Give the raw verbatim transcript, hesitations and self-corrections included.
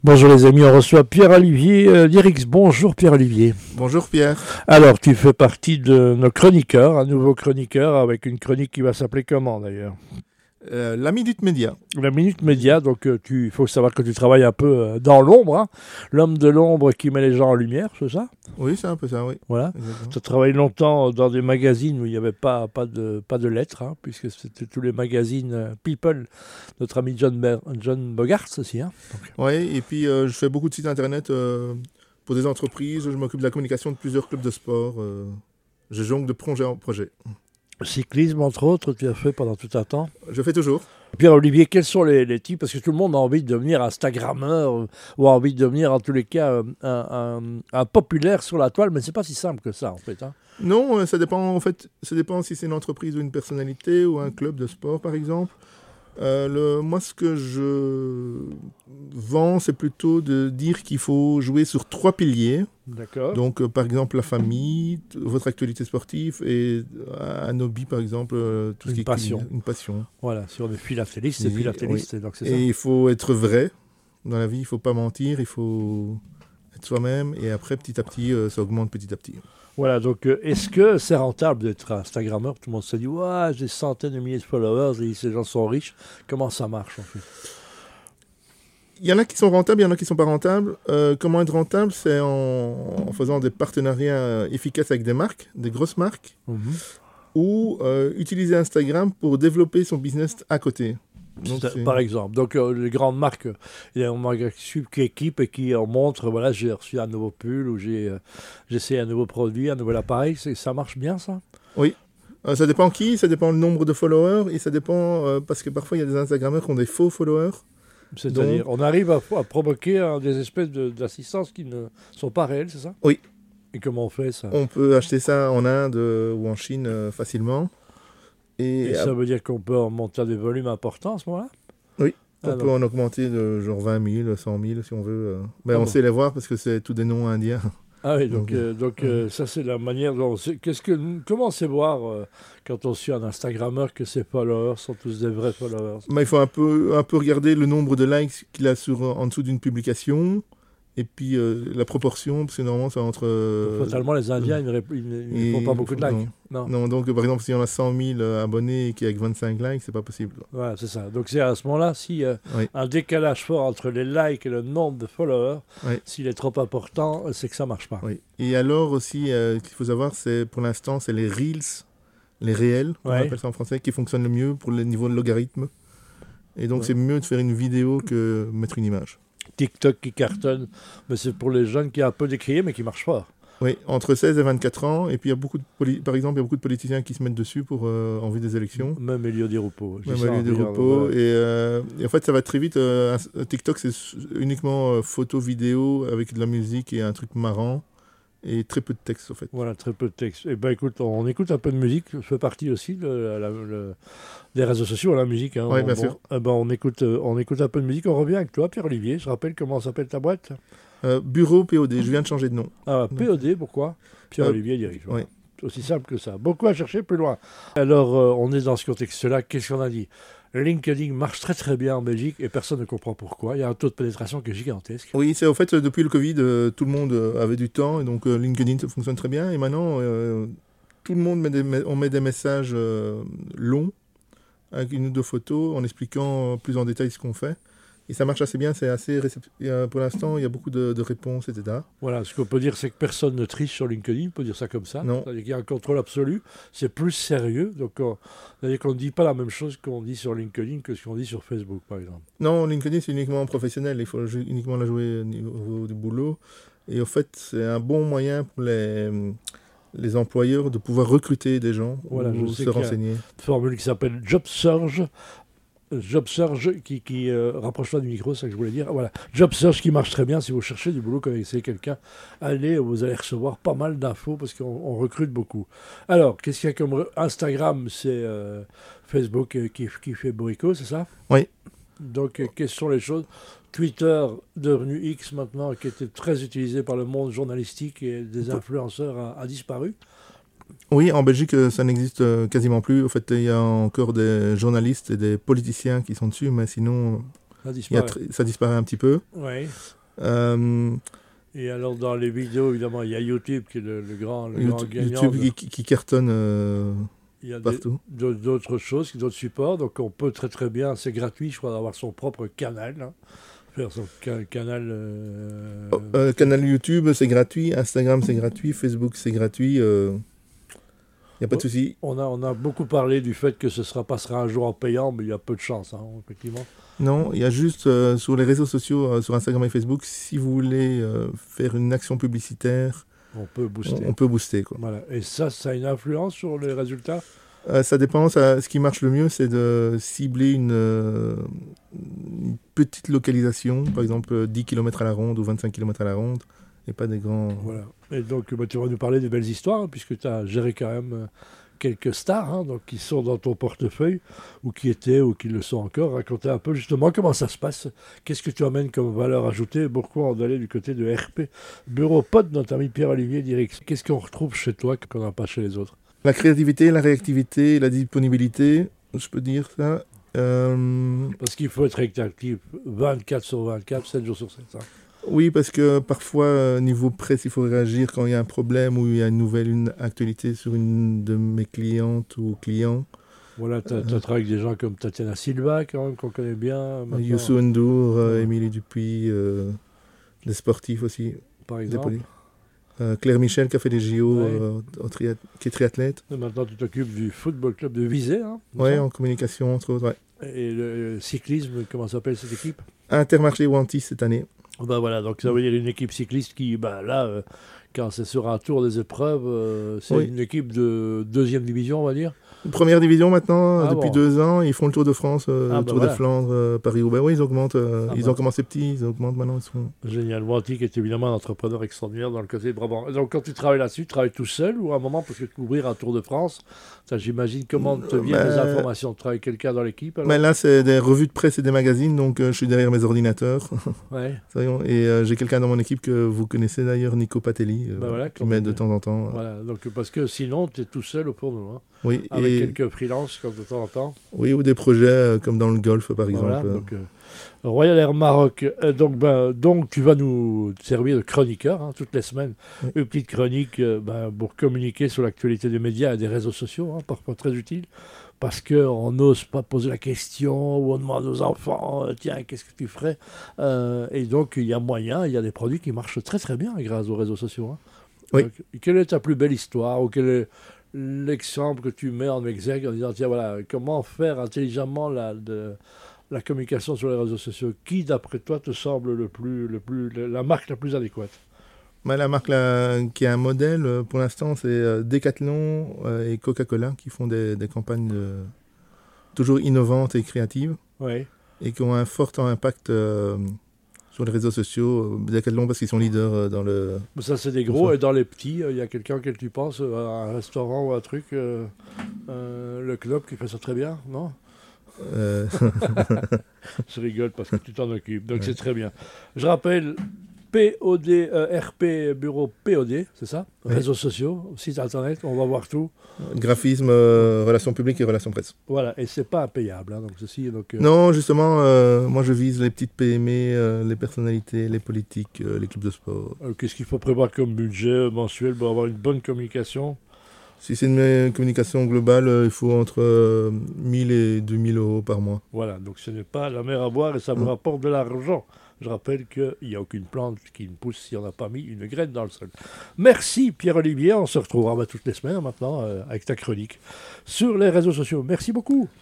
Bonjour les amis, on reçoit Pierre-Olivier euh, Dierix. Bonjour Pierre-Olivier. Bonjour Pierre. Alors, tu fais partie de nos chroniqueurs, un nouveau chroniqueur avec une chronique qui va s'appeler comment d'ailleurs? Euh, la Minute Média. La Minute Média, donc euh, tu, il faut savoir que tu travailles un peu euh, dans l'ombre, hein. L'homme de l'ombre qui met les gens en lumière, c'est ça? Oui, c'est un peu ça, oui. Voilà. Exactement. Tu as travaillé longtemps dans des magazines où il n'y avait pas, pas, de, pas de lettres, hein, puisque c'était tous les magazines euh, People, notre ami John, Ber- John Bogart aussi. Hein. Oui, et puis euh, je fais beaucoup de sites internet euh, pour des entreprises, je m'occupe de la communication de plusieurs clubs de sport, euh, je jongle de projet en projet. Cyclisme, entre autres, tu as fait pendant tout un temps. Je fais toujours. Pierre-Olivier, quels sont les, les types? Parce que tout le monde a envie de devenir Instagrammeur euh, ou a envie de devenir, en tous les cas, euh, un, un- un populaire sur la toile, mais c'est pas si simple que ça, en fait. Hein. Non, euh, ça dépend en fait, ça dépend si c'est une entreprise ou une personnalité ou un club de sport par exemple. Euh, le, moi, ce que je vends, c'est plutôt de dire qu'il faut jouer sur trois piliers. D'accord. Donc, euh, par exemple, la famille, t- votre actualité sportive et euh, un hobby, par exemple, euh, tout ce Une qui est passion. culinaire, une passion. Voilà, si on est philatéliste, c'est Oui, philatéliste, donc c'est ça. Et il faut être vrai dans la vie, il faut pas mentir, il faut être soi-même. Et après, petit à petit, euh, ça augmente petit à petit. Voilà, donc euh, est-ce que c'est rentable d'être Instagrammeur? Tout le monde se dit, ouais, j'ai des centaines de milliers de followers et ces gens sont riches. Comment ça marche, en fait? Il y en a qui sont rentables, il y en a qui sont pas rentables. Euh, comment être rentable? C'est en, en faisant des partenariats euh, efficaces avec des marques, des grosses marques, Mhm. ou euh, utiliser Instagram pour développer son business à côté. Donc, C'est- c'est- Par exemple, donc euh, les grandes marques, euh, il y a un magasin qui équipe et qui en montre, voilà, j'ai reçu un nouveau pull ou j'ai euh, j'ai essayé un nouveau produit, un nouvel appareil, c'est- ça marche bien ça? Oui. Euh, ça dépend qui, ça dépend le nombre de followers, et ça dépend, euh, parce que parfois il y a des Instagrammeurs qui ont des faux followers. C'est-à-dire, on arrive à, à provoquer hein, des espèces de- d'assistances qui ne sont pas réelles, c'est ça? Oui. Et comment on fait ça? On peut acheter ça en Inde euh, ou en Chine euh, facilement. Et, Et ça euh, veut dire qu'on peut en monter à des volumes importants à ce moment-là? Oui, on Ah, peut donc, en augmenter de genre vingt mille, cent mille si on veut. euh. Mais Ah on bon. sait les voir parce que c'est tous des noms indiens. ah oui, donc, Donc, euh, donc euh, ça c'est la manière dont... c'est- Qu'est-ce que, comment c'est voir euh, quand on suit un Instagrammeur que ses followers sont tous des vrais followers? Mais il faut un peu, un peu regarder le nombre de likes qu'il a sur, en dessous d'une publication. Et puis euh, la proportion, parce que normalement c'est entre... euh, Totalement, les Indiens, ils ne, rép- ils ne- ils ne et- font pas beaucoup de likes. Non. Non, donc par exemple, si on a cent mille abonnés et qu'il n'y a que vingt-cinq likes, c'est pas possible. Voilà, c'est ça. Donc c'est à ce moment-là, si euh, Oui. un décalage fort entre les likes et le nombre de followers, Oui. s'il est trop important, c'est que ça marche pas. Oui. Et alors aussi, euh, ce qu'il faut savoir, c'est pour l'instant, c'est les Reels, les réels, on Ouais. appelle ça en français, qui fonctionnent le mieux pour le niveau de logarithme. Et donc Ouais. c'est mieux de faire une vidéo que mettre une image. TikTok qui cartonne, mais c'est pour les jeunes qui ont un peu décrié, mais qui marche fort. Oui, entre seize et vingt-quatre ans. Et puis il y a beaucoup de poli- par exemple, il y a beaucoup de politiciens qui se mettent dessus pour euh, en vue des élections. Même Elio Di Rupo. Je dis Même ça au lieu en des riant, repos. voilà. Et, euh, et en fait, ça va très vite. euh, un- TikTok, c'est s- uniquement euh, photo, vidéo, avec de la musique et un truc marrant. Et très peu de texte, en fait. Voilà, très peu de texte. Eh ben écoute, on écoute un peu de musique. Je fais partie aussi de la- la- le- des réseaux sociaux, la musique. Hein. Ouais, On- bien bon, sûr. eh ben, on, écoute, euh, on écoute un peu de musique. On revient avec toi, Pierre-Olivier. Je rappelle comment s'appelle ta boîte. Euh, Bureau P O D, je viens de changer de nom. Ah, P O D, pourquoi? Pierre-Olivier dirige. ouais. C'est aussi simple que ça. Beaucoup à chercher plus loin. Alors, euh, on est dans ce contexte-là. Qu'est-ce qu'on a dit? LinkedIn marche très très bien en Belgique et personne ne comprend pourquoi. Il y a un taux de pénétration qui est gigantesque. Oui, c'est au fait, euh, depuis le Covid, euh, tout le monde euh, avait du temps. Et donc euh, LinkedIn ça fonctionne très bien. Et maintenant, euh, tout le monde met des, me- on met des messages euh, longs, avec une ou deux photos, en expliquant plus en détail ce qu'on fait. Et ça marche assez bien, c'est assez récep- il y a- pour l'instant, il y a beaucoup de, de réponses, et cetera. Voilà, ce qu'on peut dire, c'est que personne ne triche sur LinkedIn, on peut dire ça comme ça. Non. C'est-à-dire qu'il y a un contrôle absolu, c'est plus sérieux. Donc, on- c'est-à-dire qu'on ne dit pas la même chose qu'on dit sur LinkedIn que ce qu'on dit sur Facebook, par exemple. Non, LinkedIn, c'est uniquement professionnel. Il faut jou- uniquement la jouer au niveau du boulot. Et au fait, c'est un bon moyen pour les, les employeurs de pouvoir recruter des gens Voilà, je ou sais se qu'il y a- renseigner. Une formule qui s'appelle JobSurge. JobSurge qui, qui euh, rapproche-toi du micro, c'est ça que je voulais dire. Voilà, JobSurge qui marche très bien si vous cherchez du boulot, quand vous connaissez quelqu'un, allez, vous allez recevoir pas mal d'infos parce qu'on on recrute beaucoup. Alors, qu'est-ce qu'il y a comme re- Instagram, c'est euh, Facebook euh, qui, qui fait bourricot, c'est ça? Oui. Donc, euh, quelles sont les choses? Twitter, devenu X maintenant, qui était très utilisé par le monde journalistique et des influenceurs, a, a disparu. Oui, en Belgique, euh, ça n'existe euh, quasiment plus. Au fait, il y a encore des journalistes et des politiciens qui sont dessus, mais sinon, Ça Il y a disparaît. tr- ça disparaît un petit peu. Ouais. Euh, Et alors, dans les vidéos, évidemment, il y a YouTube qui est le, le grand, le grand YouTube, gagnant. YouTube de- qui, qui cartonne euh, il y a des- partout. d'autres d'autres choses, d'autres supports. Donc, on peut très très bien, c'est gratuit, je crois, d'avoir son propre canal. Hein. Faire son ca- canal. euh, Oh, euh, canal YouTube, c'est gratuit. Instagram, c'est gratuit. Facebook, c'est gratuit. Il n'y a pas de Oh. souci. On a, on a beaucoup parlé du fait que ce sera, passera un jour en payant, mais il y a peu de chance, hein, effectivement. Non, il y a juste euh, sur les réseaux sociaux, euh, sur Instagram et Facebook, si vous voulez euh, faire une action publicitaire, On peut booster. on, on peut booster, quoi. Voilà. Et ça, ça a une influence sur les résultats. Euh, ça dépend. Ça- ce qui marche le mieux, c'est de cibler une, euh, une petite localisation, par exemple euh, dix kilomètres à la ronde ou vingt-cinq kilomètres à la ronde, et pas des grands... Voilà. Et donc, bah, tu vas nous parler des belles histoires, hein, puisque tu as géré quand même euh, quelques stars hein, donc, qui sont dans ton portefeuille, ou qui étaient, ou qui le sont encore. Racontez un peu justement comment ça se passe. Qu'est-ce que tu amènes comme valeur ajoutée? Pourquoi on allait du côté de R P Bureau Pod, notre ami Pierre-Olivier Dirix. Qu'est-ce qu'on retrouve chez toi qu'on n'a pas chez les autres? La créativité, la réactivité, la disponibilité, je peux dire ça. Euh, Parce qu'il faut être actif vingt-quatre sur vingt-quatre, sept jours sur sept. Hein. oui, parce que parfois, euh, niveau presse, il faut réagir quand il y a un problème ou il y a une nouvelle, une actualité sur une de mes clientes ou clients. Voilà, tu as travaillé avec des gens comme Tatiana Silva, quand même, qu'on connaît bien. maintenant, Youssou N'Dour, euh, Ouais. Émilie Dupuis, euh, des sportifs aussi, par des exemple. poly- Euh, Claire Michel qui a fait des J O, Ouais. euh, au triath- qui est triathlète. Et maintenant, tu t'occupes du football club de Visé. Hein, c'est Ouais, ça en communication, entre autres. Ouais. Et le cyclisme, comment s'appelle cette équipe? Intermarché Wanty cette année. Ben voilà, donc ça veut dire une équipe cycliste qui, ben là, euh, quand c'est sur un tour des épreuves, euh, c'est Oui. une équipe de deuxième division, on va dire. Première division maintenant, Ah depuis bon. deux ans, ils font le Tour de France, euh, Ah le bah Tour voilà. de Flandre, euh, Paris-Roubaix. Oui, ils augmentent. euh, Ah ils bah. ont commencé petits, ils augmentent maintenant. Ils sont... Génial. Wanty qui est évidemment un entrepreneur extraordinaire dans le côté de Brabant. Et donc quand tu travailles là-dessus, tu travailles tout seul ou à un moment, parce que couvrir un Tour de France, ça, j'imagine comment te viennent Euh, les bah, informations. Tu travailles avec quelqu'un dans l'équipe alors? Mais là, c'est des revues de presse et des magazines, donc euh, je suis derrière mes ordinateurs. Ouais. Soyons- et euh, j'ai quelqu'un dans mon équipe que vous connaissez d'ailleurs, Nico Patelli, euh, Bah voilà, qui quand m'aide même. de temps en temps. Voilà, donc parce que sinon, tu es tout seul au pour nous, hein, Oui, avec et, quelques freelances comme de temps en temps. oui, ou des projets euh, comme dans le golf, par exemple. Voilà, euh. donc, euh, Royal Air Maroc. Euh, donc, ben, donc, tu vas nous servir de chroniqueur hein, toutes les semaines. Oui. Une petite chronique euh, ben, pour communiquer sur l'actualité des médias et des réseaux sociaux, hein, parfois très utile. Parce qu'on n'ose pas poser la question ou on demande aux enfants, euh, tiens, qu'est-ce que tu ferais Euh, Et donc, il y a moyen, il y a des produits qui marchent très très bien grâce aux réseaux sociaux. Hein. Oui. Donc, quelle est ta plus belle histoire ou quel est l'exemple que tu mets en exergue en disant, tiens, voilà, comment faire intelligemment la, de, la communication sur les réseaux sociaux? Qui, d'après toi, te semble le plus, le plus, la marque la plus adéquate? Bah, la marque là, qui est un modèle, euh, pour l'instant, c'est euh, Decathlon euh, et Coca-Cola qui font des, des campagnes euh, toujours innovantes et créatives Oui. et qui ont un fort impact euh, sur les réseaux sociaux. Decathlon parce qu'ils sont leaders euh, dans le... Ça, c'est des gros. Et dans les petits, il y a quelqu'un auquel tu penses, euh, un restaurant ou un truc, euh, euh, le club qui fait ça très bien, non? euh, Je rigole parce que tu t'en occupes, donc Ouais. c'est très bien. Je rappelle, P O D, euh, R P, bureau P O D, c'est ça? Oui. Réseaux sociaux, site internet, on va voir tout. graphisme, euh, relations publiques et relations presse. Voilà, et c'est pas impayable, hein, donc ceci, donc... euh, Non, justement, euh, moi je vise les petites P M E, euh, les personnalités, les politiques, euh, les clubs de sport. euh, qu'est-ce qu'il faut prévoir comme budget mensuel pour avoir une bonne communication? Si c'est une euh, communication globale, euh, il faut entre euh, mille et deux mille euros par mois. Voilà, donc ce n'est pas la mer à boire et ça vous Mm. rapporte de l'argent. Je rappelle qu'il n'y a aucune plante qui ne pousse si on n'a pas mis une graine dans le sol. Merci Pierre-Olivier, on se retrouvera bah, toutes les semaines maintenant euh, avec ta chronique sur les réseaux sociaux. Merci beaucoup.